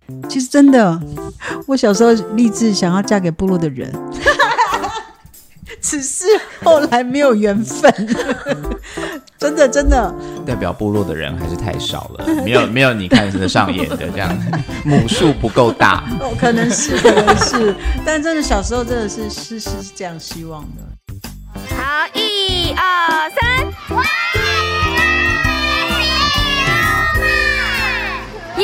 其实真的，我小时候立志想要嫁给部落的人，只是后来没有缘分。真的真的， 代表部落的人还是太少了，没有你看得上眼的这样，母数不够大。 哦，可能是，但真的小时候真的是这样希望的。 好，1、2、3，哇！耶！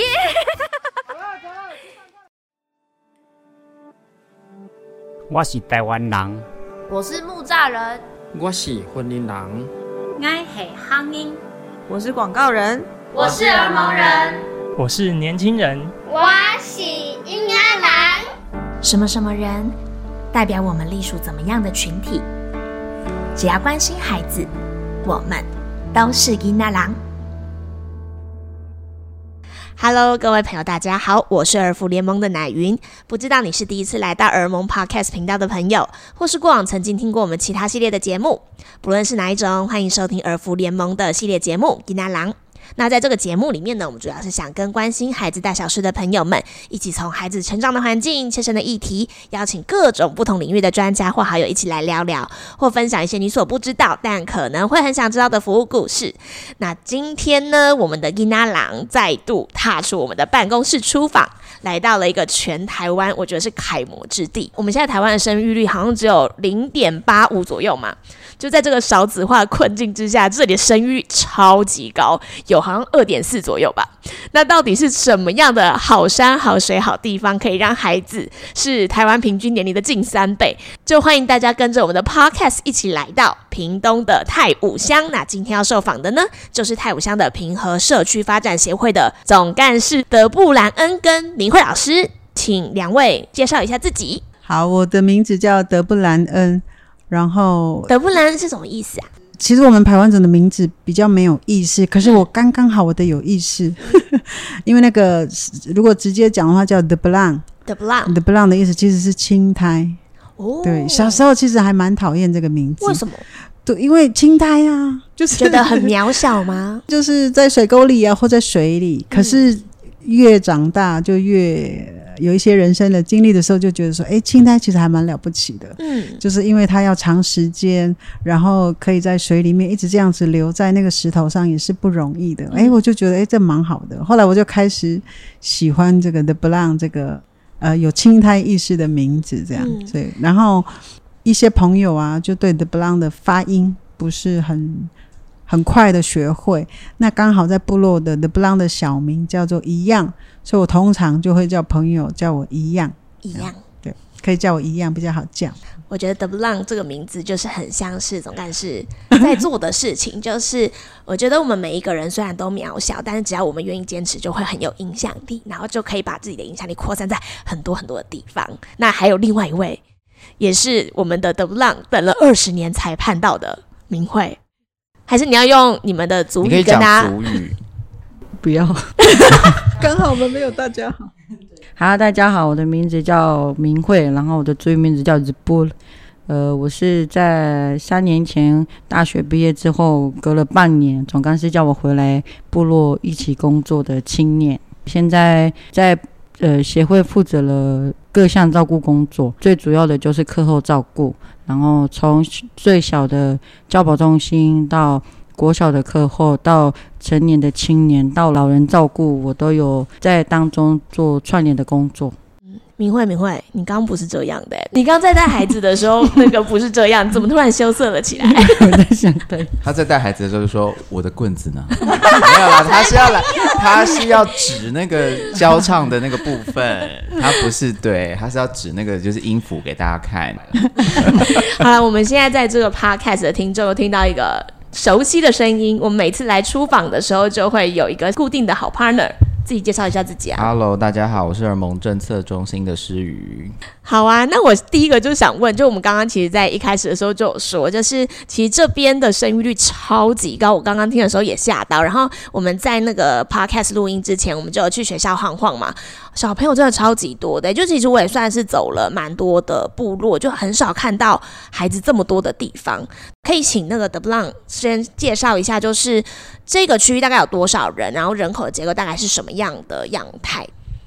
我是台湾人， 我是木栅人， 我是婚姻人， 我是乡音， 我是广告人， 我是儿蒙人， 我是年轻人， 我是婴儿郎。 什么什么人代表我们隶属怎么样的群体？只要关心孩子，我们都是婴儿郎。Hello， 各位朋友，大家好，我是儿福联盟的乃云。不知道你是第一次来到儿盟 Podcast 频道的朋友，或是过往曾经听过我们其他系列的节目，不论是哪一种，欢迎收听儿福联盟的系列节目《囡仔郎》。那在这个节目里面呢，我们主要是想跟关心孩子大小事的朋友们，一起从孩子成长的环境、切身的议题，邀请各种不同领域的专家或好友一起来聊聊，或分享一些你所不知道但可能会很想知道的服务故事。那今天呢，我们的囡仔郎再度踏出我们的办公室出访，来到了一个全台湾我觉得是楷模之地。我们现在台湾的生育率好像只有 0.85 左右嘛，就在这个少子化的困境之下，这里的生育率超级高，有好像 2.4 左右吧。那到底是什么样的好山好水好地方可以让孩子是台湾平均年龄的近3倍？就欢迎大家跟着我们的 podcast 一起来到屏东的太武乡。那今天要受访的呢，就是太武乡的平和社区发展协会的总干事德布兰恩跟明慧老师，请两位介绍一下自己。 好，我的名字叫德布兰恩，然后德布兰恩是什么意思啊？ 其实我们排湾族的名字比较没有意识，可是我刚刚好我的有意识，因为那个如果直接讲的话叫 The Blanc，The Blanc 的意思其实是青苔。哦，对，小时候其实还蛮讨厌这个名字。 为什么？ 对，因为青苔啊，就是觉得很渺小吗？ 就是在水沟里啊，或在水里。可是越长大就越有一些人生的经历的时候，就觉得说，青苔其实还蛮了不起的。就是因为它要长时间，然后可以在水里面一直这样子留在那个石头上，也是不容易的。我就觉得这蛮好的。后来我就开始喜欢这个 The Blanc 这个有青苔意识的名字，这样。所以然后一些朋友啊，就对 The Blanc 的发音不是很快的学会，那刚好在部落的 The Blanc 的小名叫做一样，所以我通常就会叫朋友叫我一样，对，可以叫我一样比较好叫。 我觉得 The Blanc 这个名字就是很像是总干事在做的事情，就是我觉得我们每一个人虽然都渺小，但是只要我们愿意坚持，就会很有影响力，然后就可以把自己的影响力扩散在很多很多的地方。那还有另外一位，也是我们的 The Blanc 等了20年才盼到的明慧。还是你要用你们的族语跟大家？ 你可以讲族语。 不要， 刚好我们没有大家好。 好，大家好，我的名字叫明慧，然后我的族语名字叫 Zbul。我是在3年前大学毕业之后，隔了半年，总干事叫我回来部落一起工作的青年。现在在协会负责了各项照顾工作，最主要的就是课后照顾，然后从最小的教保中心到国小的课后，到成年的青年，到老人照顾，我都有在当中做串联的工作。 明慧，你刚刚不是这样的你刚在带孩子的时候那个不是这样，怎么突然羞涩了起来？ 我在想，对， 他在带孩子的时候就说：“我的棍子呢？”没有啦，他是要指那个教唱的那个部分，他不是对，他是要指那个就是音符给大家看。 好了，我们现在在这个 podcast 的听众又听到一个熟悉的声音，我们每次来出访的时候就会有一个固定的好 partner。自己介绍一下自己啊。 Hello， 大家好，我是儿盟政策中心的诗瑜。 好啊，那我第一个就想问，就我们刚刚其实在一开始的时候就有说，就是其实这边的生育率超级高，我刚刚听的时候也吓到。然后我们在那个 podcast 录音之前，我们就有去学校晃晃嘛，小朋友真的超级多的，就其实我也算是走了蛮多的部落，就很少看到孩子这么多的地方。可以请那个 The Blanc 先介绍一下，就是这个区域大概有多少人，然后人口的结构大概是什么样的样态？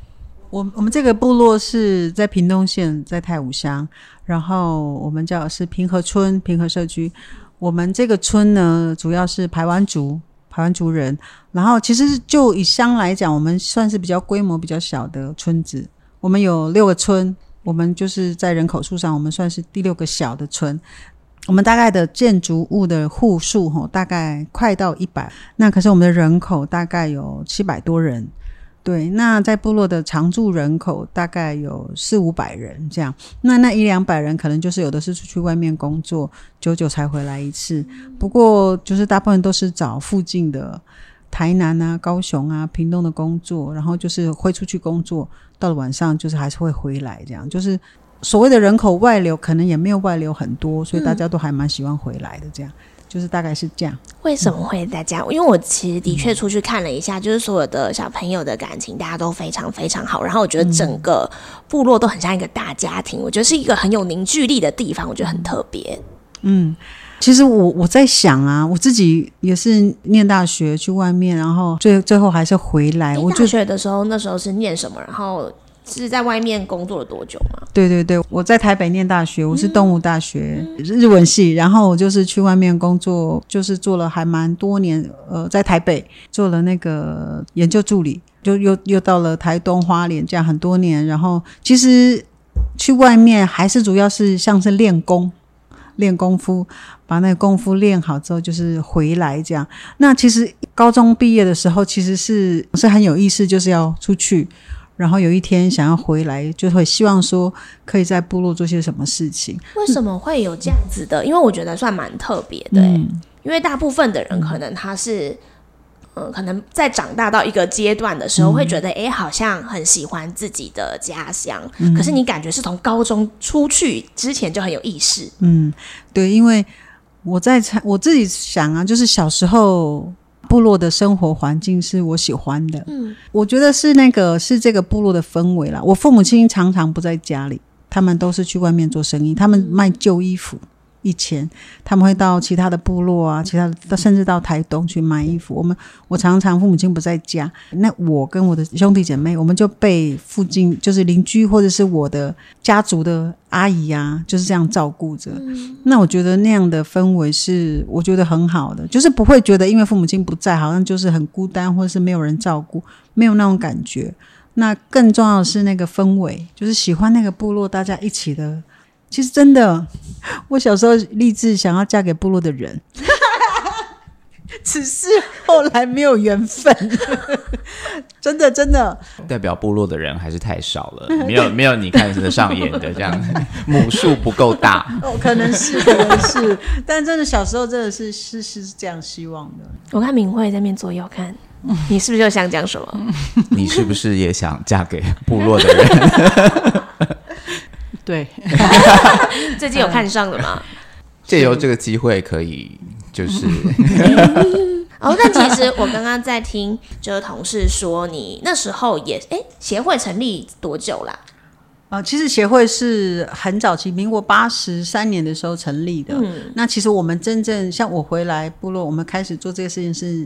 我们这个部落是在屏东县，在太武乡，然后我们叫的是平和村平和社区。我们这个村呢，主要是排湾族人，然后其实就以乡来讲，我们算是比较规模比较小的村子。我们有6个村，我们就是在人口数上，我们算是第6个小的村。我们大概的建筑物的户数大概快到100，那可是我们的人口大概有700多人。对，那在部落的常住人口大概有400-500人这样，那100-200人可能就是有的是出去外面工作，久久才回来一次。不过就是大部分都是找附近的台南啊、高雄啊、屏东的工作，然后就是会出去工作，到了晚上就是还是会回来这样，就是所谓的人口外流可能也没有外流很多，所以大家都还蛮喜欢回来的这样。就是大概是这样。 为什么会在家？因为我其实的确出去看了一下，就是所有的小朋友的感情大家都非常非常好，然后我觉得整个部落都很像一个大家庭，我觉得是一个很有凝聚力的地方，我觉得很特别。 其实我在想啊，我自己也是念大学去外面，然后最后还是回来。我大学的时候，那时候是念什么？然后是在外面工作了多久吗？ 对，我在台北念大学，我是东吴大学日文系，然后我就是去外面工作，就是做了还蛮多年，在台北做了那个研究助理，就又到了台东花莲这样很多年，然后其实去外面还是主要是像是练功夫，把那个功夫练好之后就是回来这样。那其实高中毕业的时候其实是很有意思，就是要出去，然后有一天想要回来，就会希望说可以在部落做些什么事情。 为什么会有这样子的？因为我觉得算蛮特别的因为大部分的人可能他是可能在长大到一个阶段的时候会觉得好像很喜欢自己的家乡，可是你感觉是从高中出去之前就很有意识。 对，因为我自己想啊，就是小时候部落的生活环境是我喜欢的，我觉得是这个部落的氛围啦。我父母亲常常不在家里，他们都是去外面做生意，他们卖旧衣服。以前他们会到其他的部落啊，甚至到台东去买衣服。我常常父母亲不在家，那我跟我的兄弟姐妹，我们就被附近就是邻居或者是我的家族的阿姨啊，就是这样照顾着。那我觉得那样的氛围是我觉得很好的，就是不会觉得因为父母亲不在，好像就是很孤单，或者是没有人照顾，没有那种感觉。那更重要的是那个氛围，就是喜欢那个部落大家一起的。其实真的，我小时候立志想要嫁给部落的人，只是后来没有缘分。真的， 代表部落的人还是太少了，没有你看得上眼的这样，母数不够大。 可能是，但真的小时候真的是这样希望的。 我看明慧在面左右看，你是不是就想讲什么？ 你是不是也想嫁给部落的人？ 对， 最近有看上的吗？ 借由这个机会可以就是但其实我刚刚在听就是同事说你那时候也协会成立多久啦？ 其实协会是很早期，民国83年的时候成立的。那其实我们真正像我回来部落，我们开始做这个事情是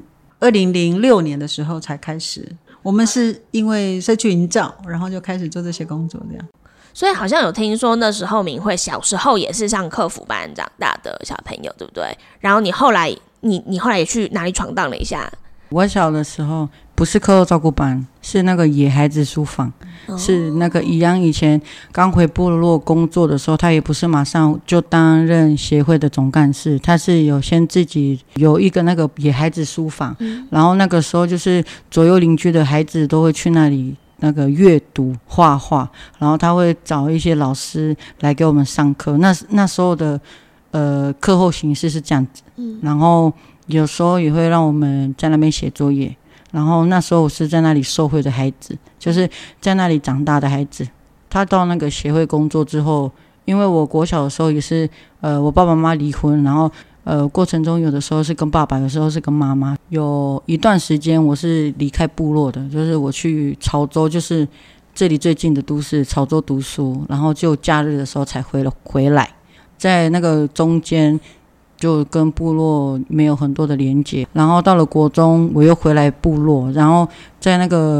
2006年的时候才开始。我们是因为社区营造，然后就开始做这些工作这样。 所以好像有听说那时候明慧小时候也是上客服班长大的小朋友，对不对？然后你后来也去哪里闯荡了一下？ 我小的时候不是课后照顾班，是那个野孩子书房，是那个宜阳以前刚回部落工作的时候，他也不是马上就担任协会的总干事，他是有先自己有一个那个野孩子书房，然后那个时候就是左右邻居的孩子都会去那里那个阅读画画，然后他会找一些老师来给我们上课。那时候的课后形式是这样子，然后有时候也会让我们在那边写作业。然后那时候我是在那里受惠的孩子，就是在那里长大的孩子。他到那个协会工作之后，因为我国小的时候也是我爸爸妈妈离婚，然后过程中有的时候是跟爸爸，有时候是跟妈妈。有一段时间我是离开部落的，就是我去潮州，就是这里最近的都市潮州读书，然后就假日的时候才回来。在那个中间就跟部落没有很多的连结，然后到了国中我又回来部落，然后在那个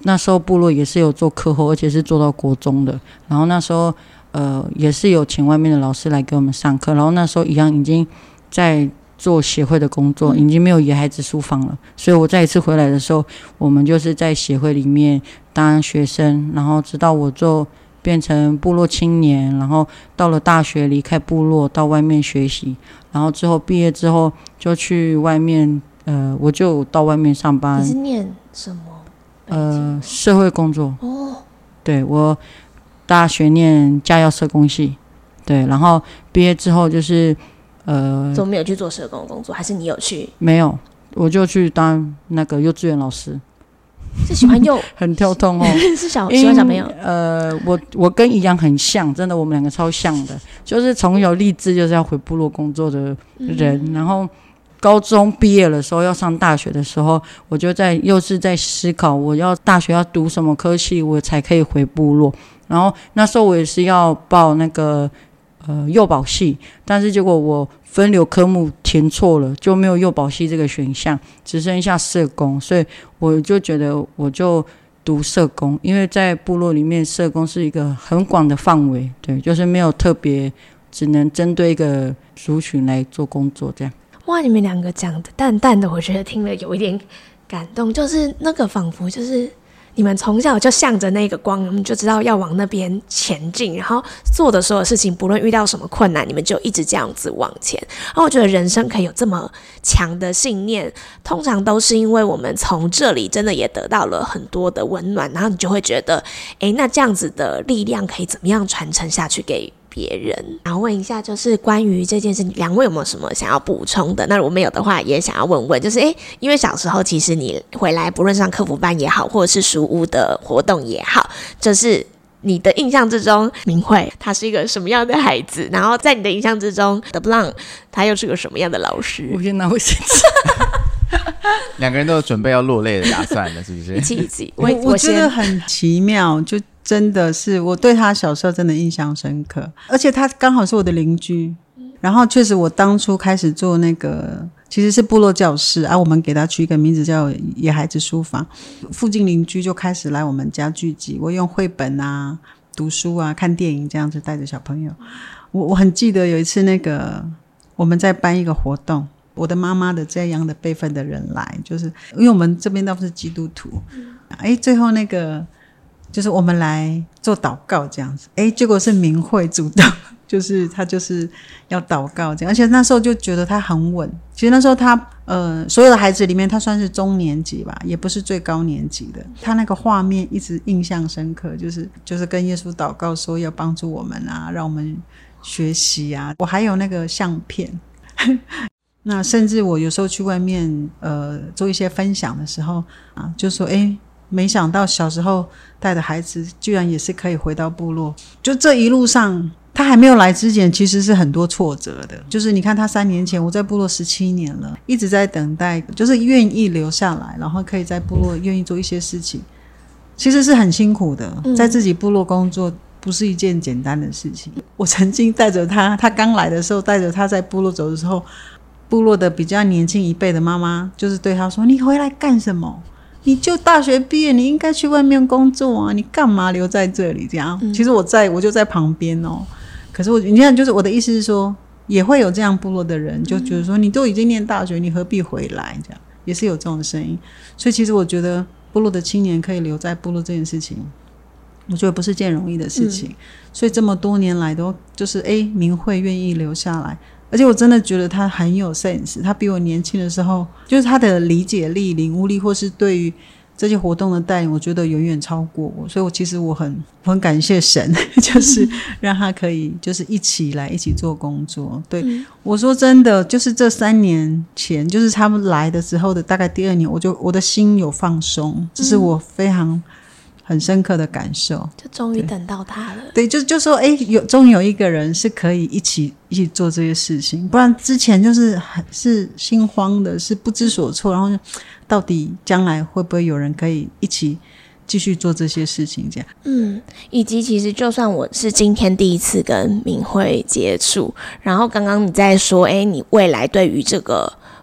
那时候部落也是有做课后，而且是做到国中的。然后那时候也是有请外面的老师来给我们上课。然后那时候一样已经在做协会的工作，已经没有野孩子书房了。所以我再一次回来的时候，我们就是在协会里面当学生，然后直到我就变成部落青年，然后到了大学离开部落到外面学习，然后之后毕业之后就去外面我就到外面上班。 你是念什么？ 社会工作。对，我大学念嘉药社工系。对，然后毕业之后就是怎么没有去做社工工作？还是你有去？ 没有，我就去当那个幼稚园老师。 是喜欢很跳痛哦。 是喜欢小朋友。 我跟怡阳很像，真的，我们两个超像的，就是从小立志就是要回部落工作的人。然后高中毕业的时候要上大学的时候，我就又是在思考我要大学要读什么科系我才可以回部落。然后那时候我也是要报那个幼保系，但是结果我分流科目填错了，就没有幼保系这个选项，只剩下社工。所以我就觉得我就读社工，因为在部落里面社工是一个很广的范围，对，就是没有特别只能针对一个族群来做工作这样。 哇，你们两个讲的淡淡的，我觉得听了有一点感动，就是那个仿佛就是你们从小就向着那个光，你们就知道要往那边前进，然后做的所有事情不论遇到什么困难，你们就一直这样子往前。然后我觉得人生可以有这么强的信念，通常都是因为我们从这里真的也得到了很多的温暖，然后你就会觉得那这样子的力量可以怎么样传承下去给别人。然后问一下，就是关于这件事，两位有没有什么想要补充的？那如果没有的话，也想要问问，就是因为小时候其实你回来，不论上客服班也好，或者是书屋的活动也好，就是你的印象之中，明慧他是一个什么样的孩子？然后在你的印象之中的 Blanc 他又是个什么样的老师？ 我先拿卫生纸。 两个人都有准备要落泪的打算了，是不是？ 一起。 我觉得很奇妙，就真的是我对他小时候真的印象深刻，而且他刚好是我的邻居。然后确实我当初开始做那个其实是部落教室我们给他取一个名字叫野孩子书房，附近邻居就开始来我们家聚集，我用绘本读书看电影这样子带着小朋友。我很记得有一次那个我们在办一个活动，我的妈妈的这样的辈分的人来，就是因为我们这边都是基督徒最后那个就是我们来做祷告这样子，结果是明慧主动，就是他就是要祷告这样，而且那时候就觉得他很稳。其实那时候他所有的孩子里面他算是中年级吧，也不是最高年级的。他那个画面一直印象深刻，就是跟耶稣祷告说要帮助我们让我们学习我还有那个相片那甚至我有时候去外面做一些分享的时候就说没想到小时候带的孩子居然也是可以回到部落。就这一路上他还没有来之前其实是很多挫折的，就是你看他3年前，我在部落17年了，一直在等待，就是愿意留下来，然后可以在部落愿意做一些事情，其实是很辛苦的，在自己部落工作不是一件简单的事情。我曾经带着他刚来的时候带着他在部落走的时候，部落的比较年轻一辈的妈妈就是对他说，你回来干什么？你就大学毕业，你应该去外面工作你干嘛留在这里这样其实我就在旁边可是你看，就是我的意思是说，也会有这样部落的人就觉得说，你都已经念大学，你何必回来？这样也是有这种声音。所以其实我觉得部落的青年可以留在部落这件事情，我觉得不是件容易的事情。所以这么多年来都就是明慧愿意留下来，而且我真的觉得他很有 sense。他比我年轻的时候，就是他的理解力、领悟力，或是对于这些活动的带领，我觉得远远超过我。所以其实我很感谢神，就是让他可以就是一起来一起做工作。对，我说真的，就是这3年前，就是他们来的时候的大概第2年，我的心有放松，这是我非常很深刻的感受。 就终于等到他了。 对，就说终于有一个人是可以一起做这些事情，不然之前就是心慌的，是不知所措，然后到底将来会不会有人可以一起继续做这些事情这样。 以及其实就算我是今天第一次跟明慧接触，然后刚刚你在说你未来对于这个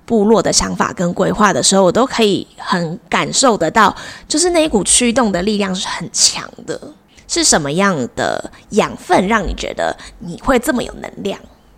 部落的想法跟规划的时候，我都可以很感受得到，就是那一股驱动的力量是很强的。是什么样的养分让你觉得你会这么有能量？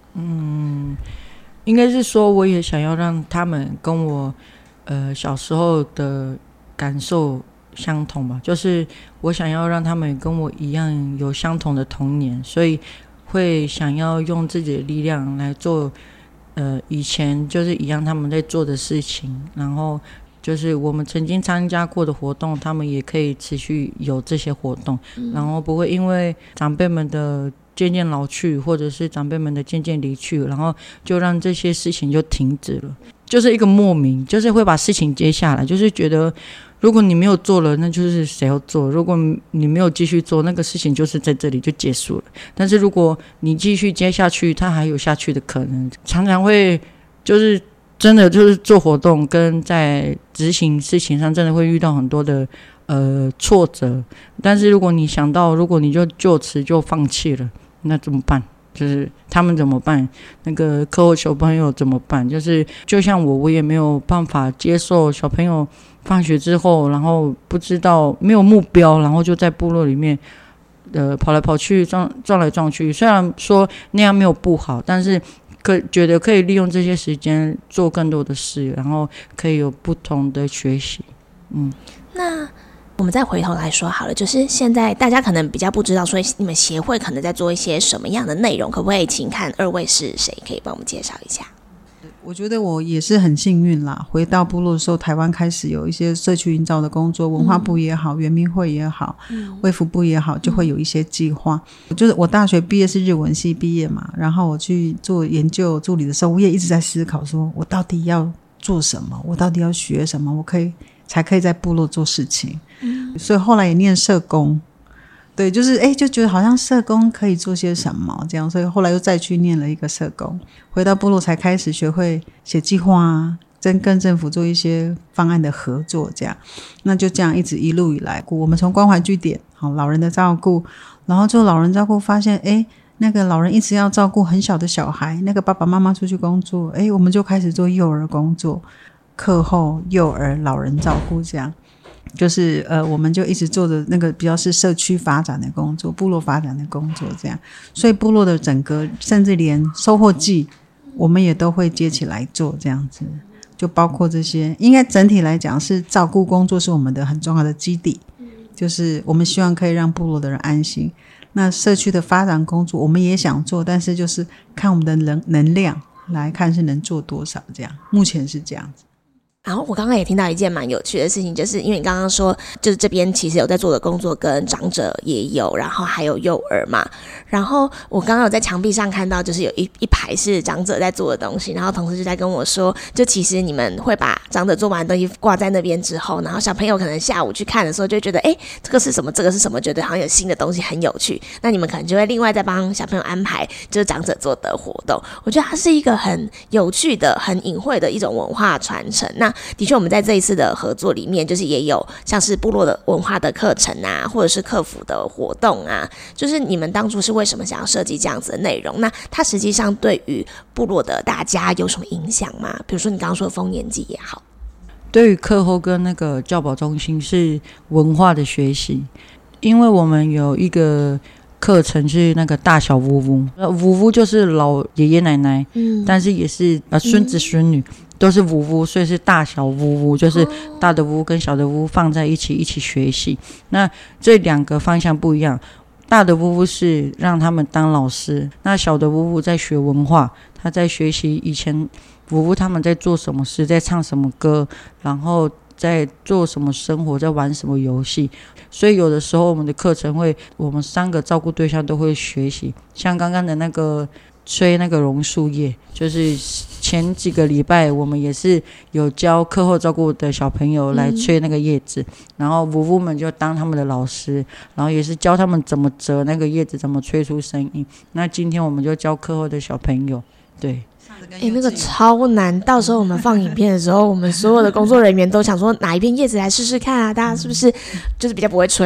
应该是说我也想要让他们跟我小时候的感受相同吧，就是我想要让他们跟我一样有相同的童年，所以会想要用自己的力量来做以前就是一样他们在做的事情，然后就是我们曾经参加过的活动，他们也可以持续有这些活动，然后不会因为长辈们的渐渐老去，或者是长辈们的渐渐离去，然后就让这些事情就停止了，就是一个莫名，就是会把事情接下来，就是觉得如果你没有做了，那就是谁要做，如果你没有继续做，那个事情就是在这里就结束了，但是如果你继续接下去，它还有下去的可能，常常会就是真的就是做活动跟在执行事情上真的会遇到很多的挫折，但是如果你想到如果你就此就放弃了，那怎么办？就是他们怎么办？那个课后小朋友怎么办？就像我也没有办法接受小朋友放学之后，然后不知道没有目标，然后就在部落里面跑来跑去撞来撞去，虽然说那样没有不好，但是觉得可以利用这些时间做更多的事，然后可以有不同的学习。 那我们再回头来说好了，就是现在大家可能比较不知道，所以你们协会可能在做一些什么样的内容，可不可以请看二位是谁，可以帮我们介绍一下？ 我觉得我也是很幸运啦，回到部落的时候，台湾开始有一些社区营造的工作，文化部也好，原民会也好，卫福部也好，就会有一些计划。就是我大学毕业是日文系毕业嘛，然后我去做研究助理的时候，我也一直在思考说我到底要做什么，我到底要学什么，才可以在部落做事情。所以后来也念社工，对，就是就觉得好像社工可以做些什么这样，所以后来又再去念了一个社工，回到部落才开始学会写计划啊，跟政府做一些方案的合作这样。那就这样一路以来，我们从关怀据点老人的照顾，然后做老人照顾发现那个老人一直要照顾很小的小孩，那个爸爸妈妈出去工作，我们就开始做幼儿工作，课后幼儿老人照顾这样。就是我们就一直做的那个比较是社区发展的工作，部落发展的工作这样，所以部落的整个甚至连收获季我们也都会接起来做这样子，就包括这些，应该整体来讲是照顾工作是我们的很重要的基底，就是我们希望可以让部落的人安心。那社区的发展工作我们也想做，但是就是看我们的能量来看是能做多少这样，目前是这样子。 然后我刚刚也听到一件蛮有趣的事情，就是因为你刚刚说就是这边其实有在做的工作跟长者也有，然后还有幼儿嘛，然后我刚刚有在墙壁上看到就是有一排是长者在做的东西，然后同事就在跟我说，就其实你们会把长者做完的东西挂在那边之后，然后小朋友可能下午去看的时候就会觉得这个是什么，这个是什么，觉得好像有新的东西很有趣，那你们可能就会另外再帮小朋友安排就是长者做的活动。我觉得它是一个很有趣的很隐晦的一种文化传承。那的确我们在这一次的合作里面就是也有像是部落的文化的课程啊，或者是客服的活动啊，就是你们当初是为什么想要设计这样子的内容，那它实际上对于部落的大家有什么影响吗？比如说你刚刚说的丰年祭也好。 对于课后跟那个教保中心是文化的学习，因为我们有一个课程是那个大小屋屋，屋屋就是老爷爷奶奶，但是也是孙子孙女都是屋屋，所以是大小屋屋，就是大的屋跟小的屋放在一起学习。那这两个方向不一样，大的屋屋是让他们当老师，那小的屋屋在学文化，他在学习以前屋屋他们在做什么事，在唱什么歌，然后在做什么生活，在玩什么游戏。所以有的时候我们的课程我们3个照顾对象都会学习，像刚刚的那个吹那个榕树叶，就是前几个礼拜我们也是有教课后照顾的小朋友来吹那个叶子，然后夫妇们就当他们的老师，然后也是教他们怎么折那个叶子，怎么吹出声音。那今天我们就教课后的小朋友，对。 那个超难，到时候我们放影片的时候，我们所有的工作人员都想说哪一片叶子来试试看啊，大家是不是就是比较不会吹，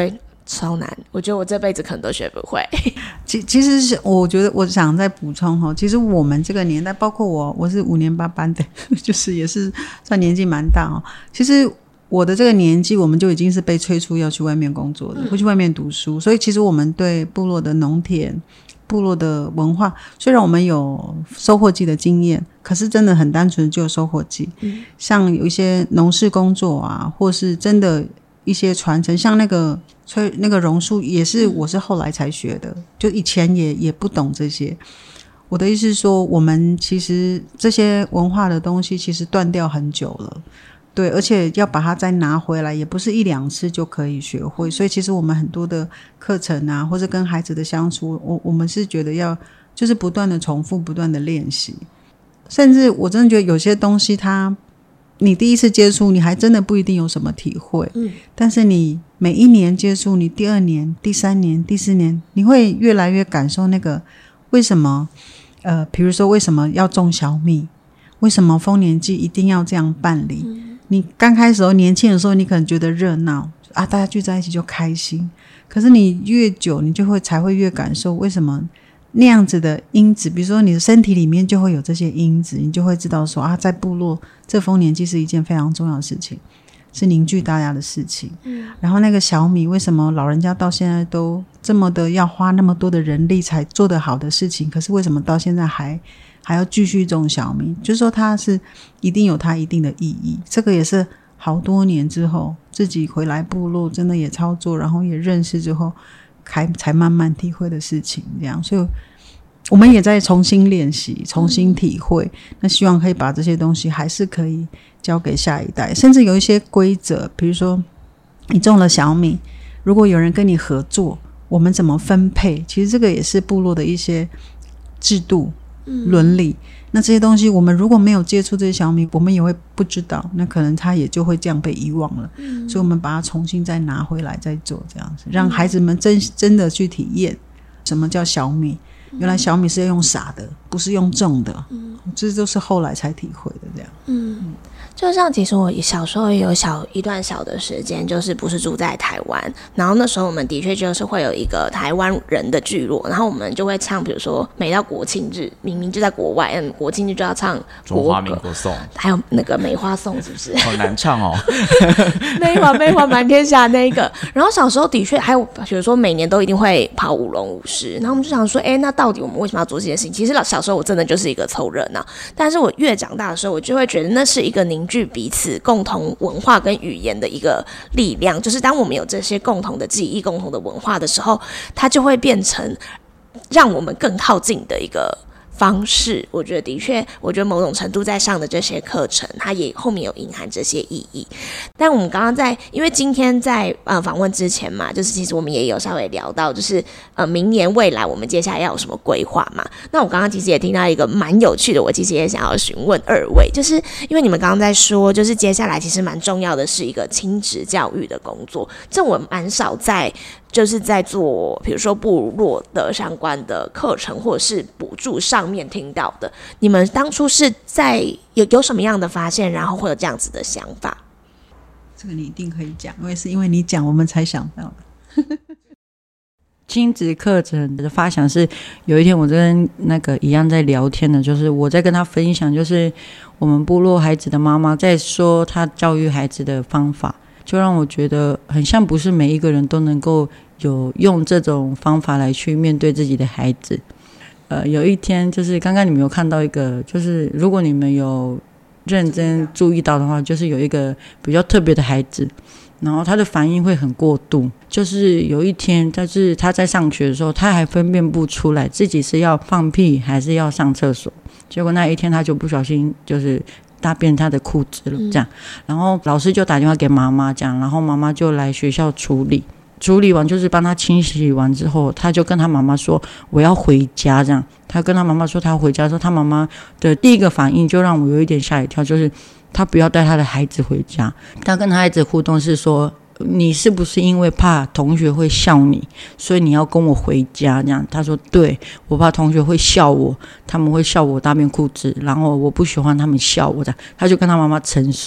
超难，我觉得我这辈子可能都学不会。 其实是我觉得我想再补充哈，其实我们这个年代，包括我是5年8班的，就是也是算年纪蛮大哦。其实我的这个年纪，我们就已经是被催促要去外面工作的，会去外面读书，所以其实我们对部落的农田、部落的文化，虽然我们有收获季的经验，可是真的很单纯就有收获季。像有一些农事工作啊，或是真的一些传承，像那个榕树也是我是后来才学的，就以前也不懂这些。我的意思是说，我们其实这些文化的东西其实断掉很久了，对，而且要把它再拿回来也不是1、2次就可以学会，所以其实我们很多的课程啊，或者跟孩子的相处，我们是觉得要就是不断的重复，不断的练习。甚至我真的觉得有些东西你第一次接触你还真的不一定有什么体会，但是你每1年接触，你第2年、第3年、第4年，你会越来越感受那个为什么比如说为什么要种小米，为什么丰年祭一定要这样办理。你刚开始年轻的时候你可能觉得热闹啊，大家聚在一起就开心，可是你越久你才会越感受为什么那样子的因子，比如说你的身体里面就会有这些因子，你就会知道说啊，在部落这丰年祭是一件非常重要的事情，是凝聚大家的事情。然后那个小米为什么老人家到现在都这么的要花那么多的人力才做得好的事情，可是为什么到现在还要继续种小米，就是说它是一定有它一定的意义。这个也是好多年之后自己回来部落真的也操作，然后也认识之后才慢慢体会的事情，这样。所以我们也在重新练习，重新体会，那希望可以把这些东西还是可以交给下一代。甚至有一些规则，比如说你种了小米，如果有人跟你合作，我们怎么分配，其实这个也是部落的一些制度伦理。那这些东西我们如果没有接触这些小米，我们也会不知道，那可能它也就会这样被遗忘了。所以我们把它重新再拿回来再做，这样子让孩子们真的去体验什么叫小米，原来小米是要用撒的，不是用种的。这都是后来才体会的，这样。 就像其实我小时候也有一段小的时间，就是不是住在台湾，然后那时候我们的确就是会有一个台湾人的聚落，然后我们就会唱，比如说每到国庆日，明明就在国外，国庆日就要唱国歌， 中华民国颂， 还有那个梅花颂，是不是？ 好难唱哦。 梅花满天下那一个。然后小时候的确还有，比如说每年都一定会跑舞龙舞狮，然后我们就想说，那到底我们为什么要做这些事情？其实小时候我真的就是一个凑热闹，但是我越长大的时候，我就会觉得那是一个凝聚彼此共同文化跟语言的一个力量，就是当我们有这些共同的记忆、共同的文化的时候，它就会变成让我们更靠近的一个方式。我觉得的确，我觉得某种程度在上的这些课程，它也后面有隐含这些意义。但我们刚刚因为今天在访问之前嘛，就是其实我们也有稍微聊到，就是明年未来我们接下来要有什么规划嘛？那我刚刚其实也听到一个蛮有趣的，我其实也想要询问2位，就是因为你们刚刚在说，就是接下来其实蛮重要的是一个亲职教育的工作，这我蛮少就是在做比如说部落的相关的课程或者是补助上面听到的。你们当初是在有什么样的发现，然后会有这样子的想法？ 这个你一定可以讲，因为你讲我们才想到的。 亲子课程的发想是有一天我跟那个一样在聊天的，就是我在跟他分享，就是我们部落孩子的妈妈在说她教育孩子的方法，就让我觉得很像不是每一个人都能够有用这种方法来去面对自己的孩子。有一天就是刚刚你们有看到一个，就是如果你们有认真注意到的话，就是有一个比较特别的孩子，然后他的反应会很过度，就是有一天就是他在上学的时候，他还分辨不出来自己是要放屁还是要上厕所，结果那一天他就不小心就是大便他的裤子了，这样，然后老师就打电话给妈妈讲，然后妈妈就来学校处理完，就是帮他清洗完之后，他就跟他妈妈说我要回家，这样。他跟他妈妈说他要回家的时候，他妈妈的第一个反应就让我有一点吓一跳，就是他不要带他的孩子回家。他跟他孩子互动是说，你是不是因为怕同学会笑你，所以你要跟我回家，这样。他说对，我怕同学会笑我，他们会笑我大便裤子，然后我不喜欢他们笑我，这样。他就跟他妈妈陈述，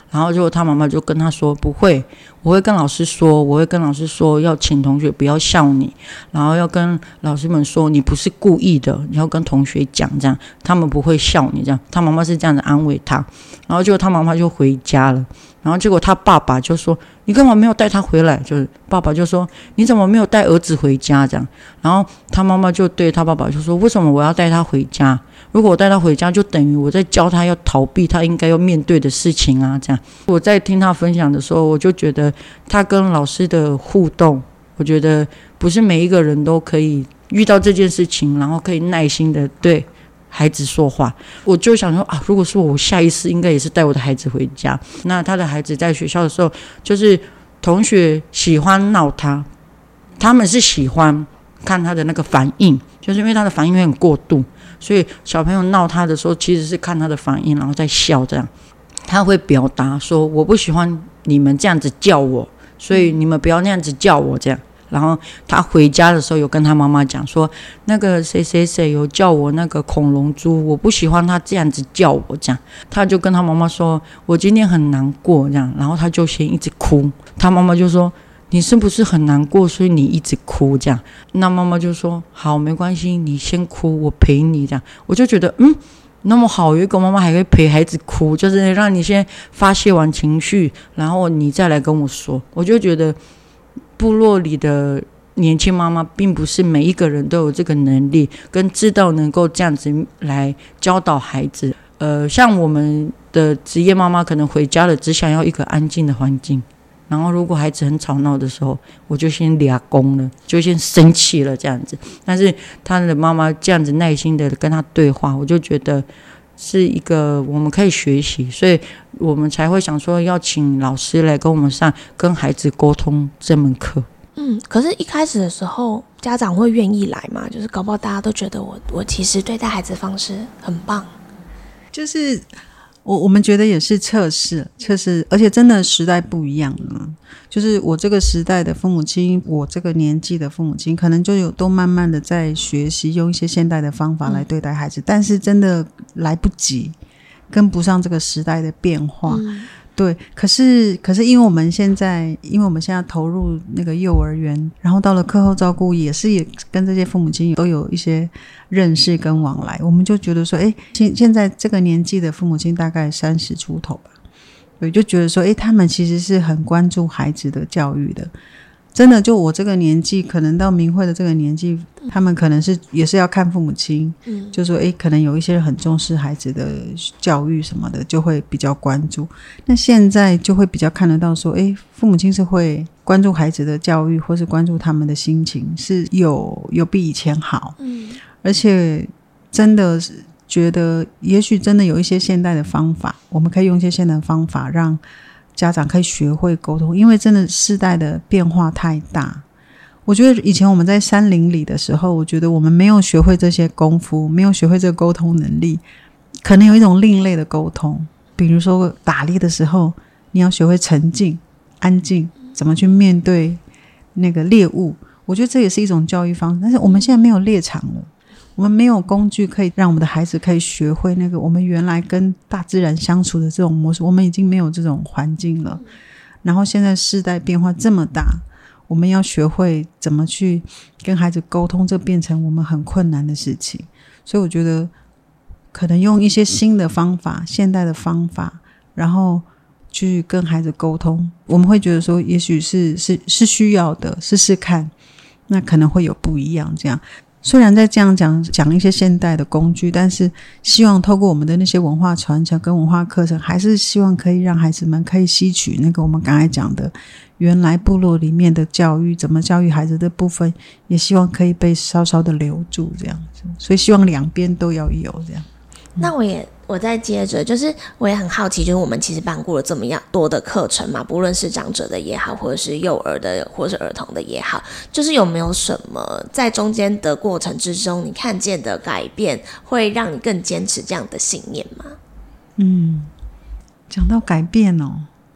然后结果他妈妈就跟他说不会，我会跟老师说要请同学不要笑你，然后要跟老师们说你不是故意的，你要跟同学讲，这样他们不会笑你，这样他妈妈是这样子安慰他。然后结果他妈妈就回家了，然后结果他爸爸就说你干嘛没有带他回来，就是爸爸就说你怎么没有带儿子回家这样。然后他妈妈就对他爸爸就说为什么我要带他回家，如果我带他回家就等于我在教他要逃避他应该要面对的事情啊，这样。我在听他分享的时候，我就觉得他跟老师的互动，我觉得不是每一个人都可以遇到这件事情然后可以耐心的对孩子说话。我就想说啊，如果是我下一次应该也是带我的孩子回家。那他的孩子在学校的时候，就是同学喜欢闹他，他们是喜欢看他的那个反应，就是因为他的反应会很过度，所以小朋友闹他的时候其实是看他的反应然后再笑，这样他会表达说我不喜欢你们这样子叫我，所以你们不要那样子叫我这样。然后他回家的时候有跟他妈妈讲说那个谁谁谁有叫我那个恐龙猪，我不喜欢他这样子叫我这样。他就跟他妈妈说我今天很难过这样，然后他就先一直哭，他妈妈就说你是不是很难过所以你一直哭这样。那妈妈就说好没关系，你先哭我陪你这样。我就觉得那么好，有一个妈妈还会陪孩子哭，就是让你先发泄完情绪然后你再来跟我说。我就觉得部落里的年轻妈妈并不是每一个人都有这个能力跟知道能够这样子来教导孩子。像我们的职业妈妈可能回家了只想要一个安静的环境，然后如果孩子很吵闹的时候我就先俩公了，就先生气了这样子。但是他的妈妈这样子耐心的跟他对话，我就觉得是一个我们可以学习，所以我们才会想说要请老师来跟我们上跟孩子沟通这门课。 可是一开始的时候家长会愿意来吗？就是搞不好大家都觉得我其实对待孩子的方式很棒。 就是我们觉得也是测试，而且真的时代不一样了。就是我这个时代的父母亲，我这个年纪的父母亲，可能就都慢慢的在学习用一些现代的方法来对待孩子，但是真的来不及，跟不上这个时代的变化。对，可是因为我们现在投入那个幼儿园，然后到了课后照顾也跟这些父母亲都有一些认识跟往来，我们就觉得说现在这个年纪的父母亲大概30出头吧，对，就觉得说他们其实是很关注孩子的教育的。真的就我这个年纪可能到明慧的这个年纪，他们可能也是要看父母亲，就说可能有一些人很重视孩子的教育什么的，就会比较关注。那现在就会比较看得到说父母亲是会关注孩子的教育，或是关注他们的心情，是有比以前好。而且真的是觉得也许真的有一些现代的方法，我们可以用一些现代的方法让家长可以学会沟通，因为真的世代的变化太大。我觉得以前我们在山林里的时候，我觉得我们没有学会这些功夫，没有学会这个沟通能力，可能有一种另类的沟通。比如说打猎的时候，你要学会沉静安静，怎么去面对那个猎物，我觉得这也是一种教育方式。但是我们现在没有猎场了，我们没有工具可以让我们的孩子可以学会那个我们原来跟大自然相处的这种模式，我们已经没有这种环境了。然后现在世代变化这么大，我们要学会怎么去跟孩子沟通，这变成我们很困难的事情。所以我觉得可能用一些新的方法，现代的方法，然后去跟孩子沟通，我们会觉得说也许是需要的，试试看，那可能会有不一样。这样虽然在这样讲一些现代的工具，但是希望透过我们的那些文化传承跟文化课程，还是希望可以让孩子们可以吸取那个我们刚才讲的原来部落里面的教育，怎么教育孩子的部分，也希望可以被稍稍的留住这样子。所以希望两边都要有这样。 那我再接着，就是我也很好奇，就是我们其实办过了这么样多的课程嘛，不论是长者的也好，或者是幼儿的，或者是儿童的也好，就是有没有什么在中间的过程之中，你看见的改变，会让你更坚持这样的信念吗？ 讲到改变哦，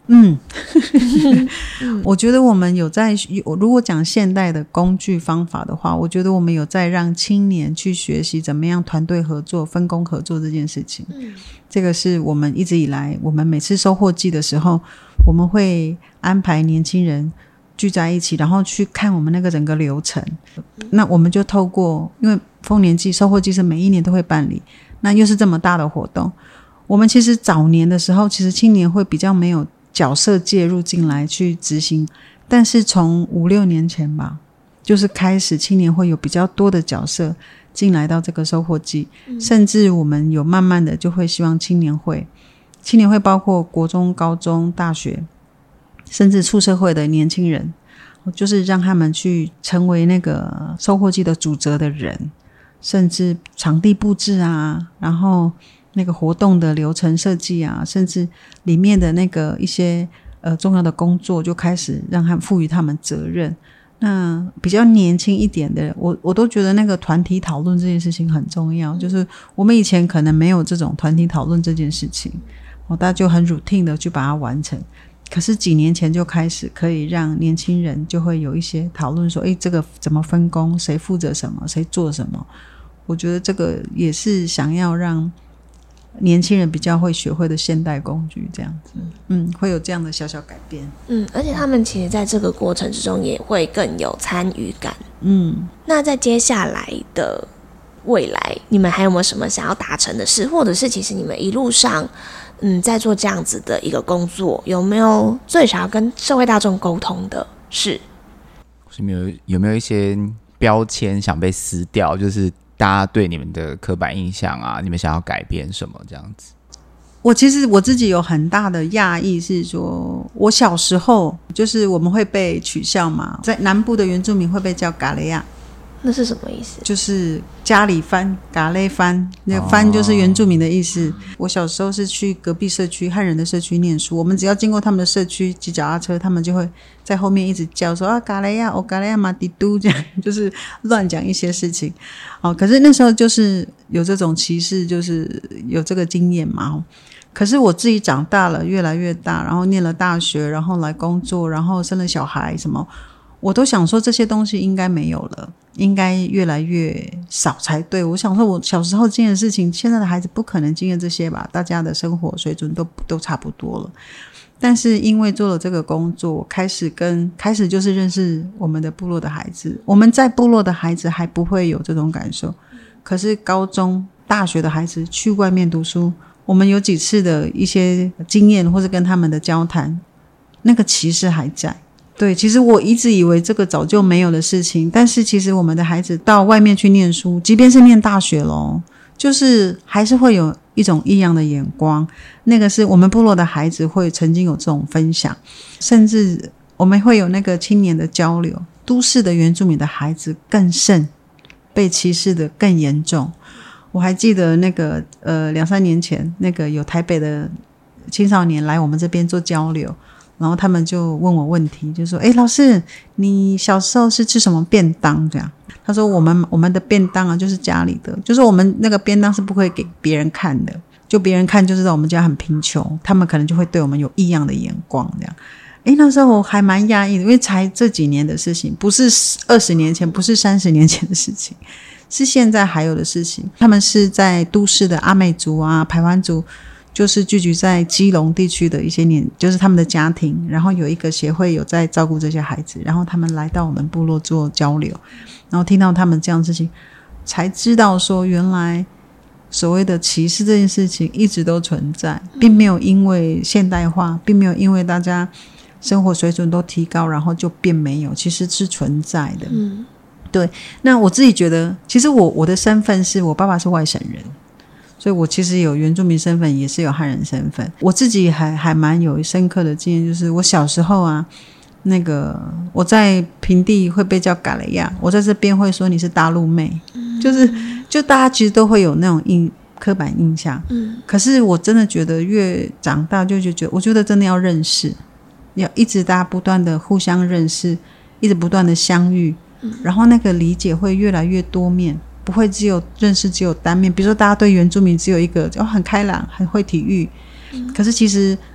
我觉得我们有在，如果讲现代的工具方法的话，我觉得我们有在让青年去学习怎么样团队合作、分工合作这件事情。这个是我们一直以来，我们每次收获季的时候，我们会安排年轻人聚在一起，然后去看我们那个整个流程。那我们就透过，因为丰年祭、收获季是每一年都会办理，那又是这么大的活动，我们其实早年的时候，其实青年会比较没有角色介入进来去执行，但是从5-6年前吧，就是开始青年会有比较多的角色进来到这个收获季，甚至我们有慢慢的就会希望青年会包括国中、高中、大学，甚至出社会的年轻人，就是让他们去成为那个收获季的主责的人，甚至场地布置啊，然后那个活动的流程设计啊，甚至里面的那个一些重要的工作，就开始让他们赋予他们责任。那比较年轻一点的，我都觉得那个团体讨论这件事情很重要，就是我们以前可能没有这种团体讨论这件事情，大家就很 routine 的去把它完成。可是几年前就开始可以让年轻人就会有一些讨论说，这个怎么分工，谁负责什么，谁做什么。我觉得这个也是想要让年轻人比较会学会的现代工具，这样子，会有这样的小小改变， 而且他们其实在这个过程之中也会更有参与感，那在接下来的未来，你们还有没有什么想要达成的事，或者是其实你们一路上，在做这样子的一个工作，有没有最想要跟社会大众沟通的事？ 有没有一些标签想被撕掉，就是大家对你们的刻板印象啊，你们想要改变什么这样子？ 其实我自己有很大的讶异，是说我小时候就是我们会被取笑嘛，在南部的原住民会被叫嘎雷亚， 那是什么意思？ 就是家里番，嘎雷番，那个番就是原住民的意思。我小时候是去隔壁社区汉人的社区念书，我们只要经过他们的社区骑脚踏车，他们就会在后面一直叫说嘎雷亚，嘎雷亚马蒂都，这样就是乱讲一些事情。可是那时候就是有这种歧视，就是有这个经验嘛。可是我自己长大了，越来越大，然后念了大学，然后来工作，然后生了小孩什么，我都想说这些东西应该没有了，应该越来越少才对。我想说我小时候经验的事情，现在的孩子不可能经验这些吧，大家的生活水准都差不多了。但是因为做了这个工作，开始就是认识我们的部落的孩子，我们在部落的孩子还不会有这种感受，可是高中大学的孩子去外面读书，我们有几次的一些经验或是跟他们的交谈，那个歧视还在。对，其实我一直以为这个早就没有的事情，但是其实我们的孩子到外面去念书，即便是念大学咯，就是还是会有一种异样的眼光。那个是我们部落的孩子会曾经有这种分享，甚至我们会有那个青年的交流。都市的原住民的孩子更甚，被歧视的更严重。我还记得那个2-3年前，那个有台北的青少年来我们这边做交流，然后他们就问我问题，就说老师，你小时候是吃什么便当？这样他说我们的便当啊，就是家里的，就是我们那个便当是不会给别人看的，就别人看就知道我们家很贫穷，他们可能就会对我们有异样的眼光这样。那时候我还蛮讶异的，因为才这几年的事情，不是20年前，不是30年前的事情，是现在还有的事情。他们是在都市的阿美族啊、排湾族，就是聚集在基隆地区的一些就是他们的家庭，然后有一个协会有在照顾这些孩子，然后他们来到我们部落做交流，然后听到他们这样的事情，才知道说原来所谓的歧视这件事情一直都存在，并没有因为现代化，并没有因为大家生活水准都提高然后就变没有，其实是存在的。对。那我自己觉得，其实我的身份是我爸爸是外省人，所以我其实有原住民身份，也是有汉人身份。我自己还蛮有深刻的经验，就是我小时候啊，那个我在平地会被叫嘎雷亚，我在这边会说你是大陆妹，就大家其实都会有那种刻板印象。可是我真的觉得越长大就觉得，我觉得真的要认识，要一直大家不断的互相认识，一直不断的相遇，然后那个理解会越来越多面，不会只有认识只有单面。比如说大家对原住民只有一个很开朗很会体育，可是其实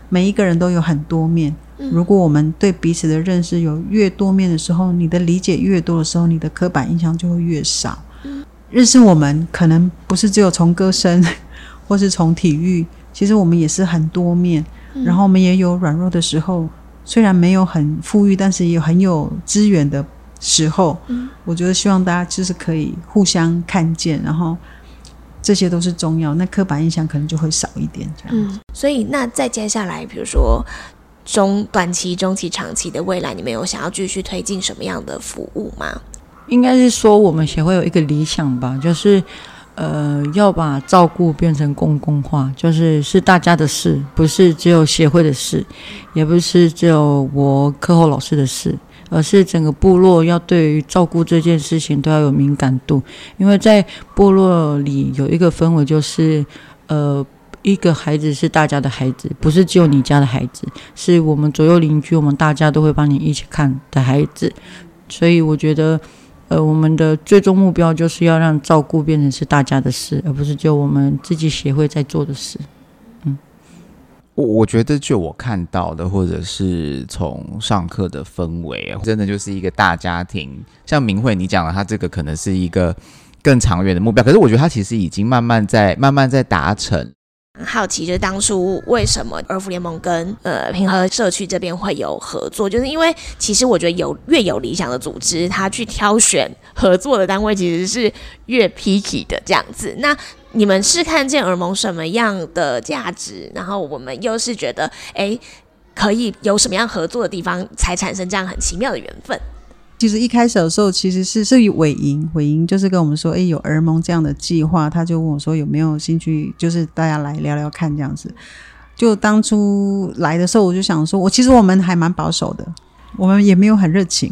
每一个人都有很多面，如果我们对彼此的认识有越多面的时候，你的理解越多的时候，你的刻板印象就会越少。认识我们可能不是只有从歌声或是从体育，其实我们也是很多面，然后我们也有软弱的时候，虽然没有很富裕，但是也有很有资源的时候，我觉得希望大家就是可以互相看见，然后这些都是重要，那刻板印象可能就会少一点这样。 所以那再接下来比如说短期、中期、长期的未来，你们有想要继续推进什么样的服务吗？ 应该是说我们协会有一个理想吧，就是要把照顾变成公共化，就是大家的事，不是只有协会的事，也不是只有我课后老师的事，而是整个部落要对于照顾这件事情都要有敏感度。因为在部落里有一个氛围，就是一个孩子是大家的孩子，不是只有你家的孩子，是我们左右邻居，我们大家都会帮你一起看的孩子。所以我觉得我们的最终目标就是要让照顾变成是大家的事，而不是就我们自己协会在做的事。 我觉得就我看到的，或者是从上课的氛围，真的就是一个大家庭。像明慧你讲的，他这个可能是一个更长远的目标，可是我觉得他其实已经慢慢在达成。 很好奇，就是当初为什么儿福联盟跟平和社区这边会有合作，就是因为其实我觉得越有理想的组织，他去挑选合作的单位其实是越 picky 的这样子。那你们是看见儿盟什么样的价值，然后我们又是觉得可以有什么样合作的地方，才产生这样很奇妙的缘分？ 其实一开始的时候其实是伟莹就是跟我们说有儿盟这样的计划，他就问我说有没有兴趣，就是大家来聊聊看这样子。就当初来的时候我就想说其实我们还蛮保守的，我们也没有很热情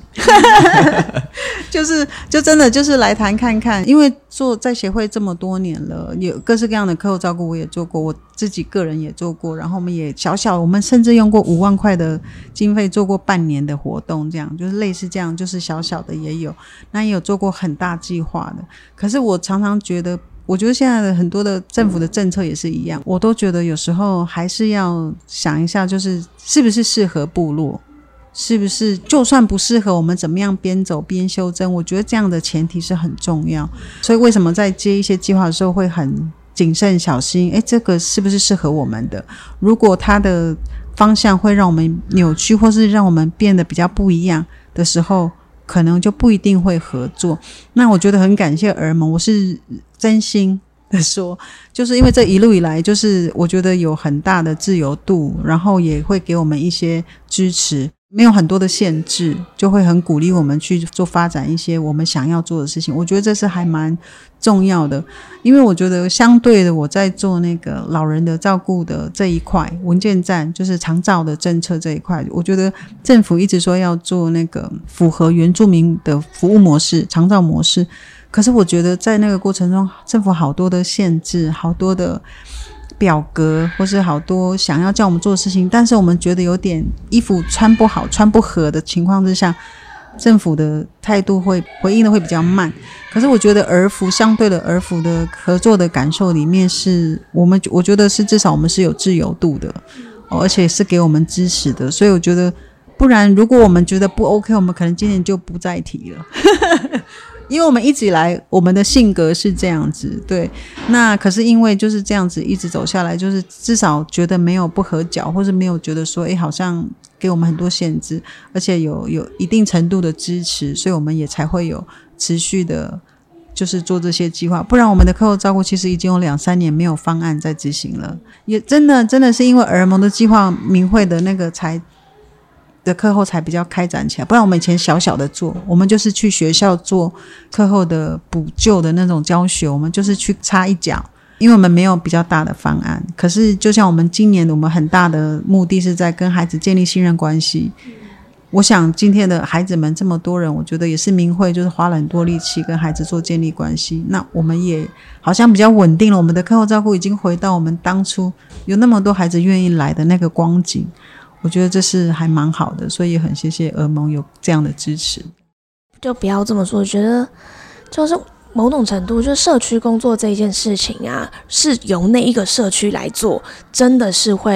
就真的就是来谈看看，因为做在协会这么多年了，有各式各样的课后照顾我也做过，我自己个人也做过，然后我们也我们甚至用过5万块的经费做过半年的活动，这样就是类似这样，就是小小的也有，那也有做过很大计划的。可是我常常觉得，我觉得现在的很多的政府的政策也是一样，我都觉得有时候还是要想一下，就是是不是适合部落，是不是就算不适合，我们怎么样边走边修正，我觉得这样的前提是很重要。所以为什么在接一些计划的时候会很谨慎小心，这个是不是适合我们的，如果它的方向会让我们扭曲，或是让我们变得比较不一样的时候，可能就不一定会合作。那我觉得很感谢儿盟，我是真心的说，就是因为这一路以来，就是我觉得有很大的自由度，然后也会给我们一些支持，没有很多的限制，就会很鼓励我们去做发展一些我们想要做的事情。我觉得这是还蛮重要的，因为我觉得相对的，我在做那个老人的照顾的这一块，文件站就是长照的政策这一块，我觉得政府一直说要做那个符合原住民的服务模式、长照模式，可是我觉得在那个过程中，政府好多的限制，好多的表格，或是好多想要叫我们做的事情，但是我们觉得有点衣服穿不好穿不合的情况之下，政府的态度会回应的会比较慢。可是我觉得儿福相对的儿福的合作的感受里面，是我觉得是至少我们是有自由度的，而且是给我们支持的。所以我觉得不然如果我们觉得不 OK， 我们可能今年就不再提了因为我们一直以来我们的性格是这样子，对，那可是因为就是这样子一直走下来，就是至少觉得没有不合脚，或是没有觉得说好像给我们很多限制，而且有一定程度的支持，所以我们也才会有持续的就是做这些计划。不然我们的课后照顾其实已经有2-3年没有方案在执行了，也真的是因为儿盟的计划，明慧的那个的课后才比较开展起来，不然我们以前小小的做，我们就是去学校做课后的补救的那种教学，我们就是去插一脚，因为我们没有比较大的方案。可是就像我们今年我们很大的目的是在跟孩子建立信任关系，我想今天的孩子们这么多人，我觉得也是明慧就是花了很多力气跟孩子做建立关系，那我们也好像比较稳定了，我们的课后照顾已经回到我们当初有那么多孩子愿意来的那个光景，我觉得这是还蛮好的，所以也很谢谢儿盟有这样的支持。 就不要这么说，我觉得就是某种程度，就社区工作这一件事情啊，是由那一个社区来做，真的是会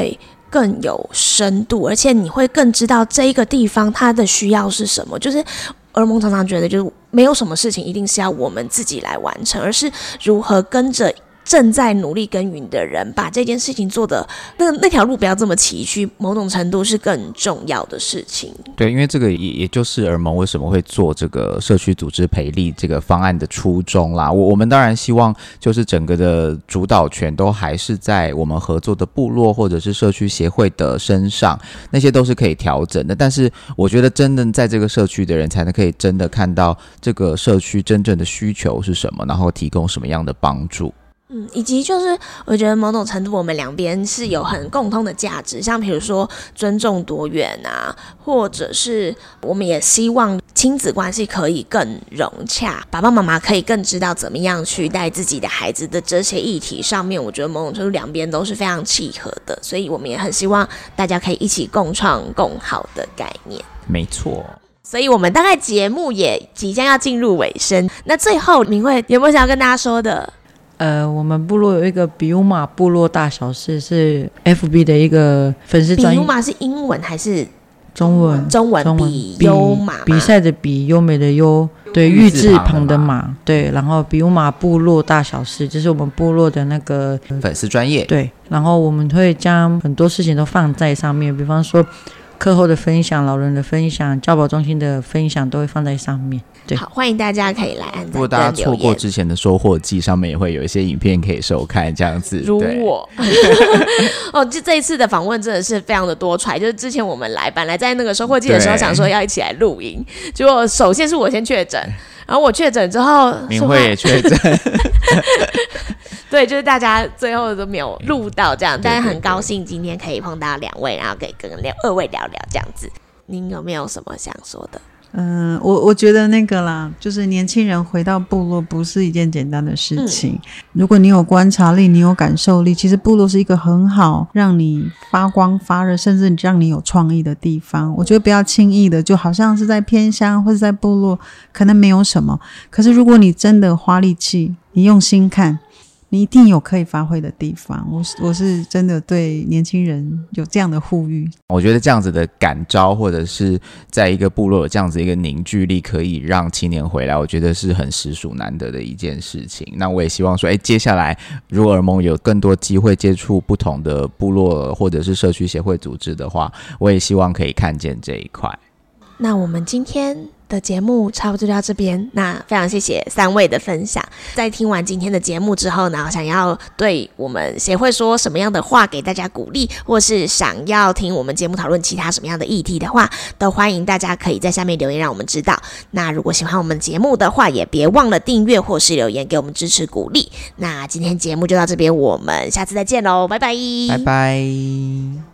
更有深度，而且你会更知道这一个地方它的需要是什么。就是儿盟常常觉得，就是没有什么事情一定是要我们自己来完成，而是如何跟着正在努力耕耘的人把这件事情做的那条路不要这么崎岖，某种程度是更重要的事情。 对，因为这个也就是儿盟为什么会做这个社区组织培力这个方案的初衷啦。我们当然希望就是整个的主导权都还是在我们合作的部落或者是社区协会的身上，那些都是可以调整的。但是我觉得真的在这个社区的人才能可以真的看到这个社区真正的需求是什么，然后提供什么样的帮助。 以及就是我觉得某种程度我们两边是有很共通的价值，像比如说尊重多元啊，或者是我们也希望亲子关系可以更融洽，爸爸妈妈可以更知道怎么样去带自己的孩子的这些议题上面，我觉得某种程度两边都是非常契合的，所以我们也很希望大家可以一起共创共好的概念。 没错， 所以我们大概节目也即将要进入尾声，那最后明慧有没有想要跟大家说的？ 我们部落有一个比乌马部落大小事，是 FB 的一个粉丝专页。 比乌马是英文还是中文？ 中文比优马， 比赛的比，优美的优，对，玉字旁的马，对，然后比乌马部落大小事，这是我们部落的那个粉丝专页， 对，然后我们会将很多事情都放在上面，比方说课后的分享、老人的分享、教保中心的分享都会放在上面。对， 好，欢迎大家可以来按赞跟留言。 如果大家错过之前的收获季，上面也会有一些影片可以收看，这样子。 如我哦，这一次的访问真的是非常的多舛。就是之前我们来，本来在那个收获季的时候想说要一起来录音，结果首先是我先确诊，然后我确诊之后， 明慧也确诊。 对，就是大家最后都没有录到这样，但是很高兴今天可以碰到两位，然后可以跟二位聊聊这样子。您有没有什么想说的？ 我觉得那个啦，就是年轻人回到部落不是一件简单的事情。如果你有观察力，你有感受力，其实部落是一个很好让你发光发热，甚至让你有创意的地方。我觉得不要轻易的，就好像是在偏乡或者在部落，可能没有什么。可是如果你真的花力气，你用心看，你一定有可以发挥的地方。我是真的对年轻人有这样的呼吁。 我觉得这样子的感召，或者是在一个部落有这样子一个凝聚力，可以让青年回来，我觉得是很实属难得的一件事情。那我也希望说，接下来如果儿盟有更多机会接触不同的部落或者是社区协会组织的话，我也希望可以看见这一块。 那我们今天的节目差不多就到这边，那非常谢谢三位的分享。在听完今天的节目之后呢，想要对我们协会说什么样的话给大家鼓励，或是想要听我们节目讨论其他什么样的议题的话，都欢迎大家可以在下面留言让我们知道。那如果喜欢我们节目的话，也别忘了订阅或是留言给我们支持鼓励。那今天节目就到这边，我们下次再见咯，拜拜， 拜拜。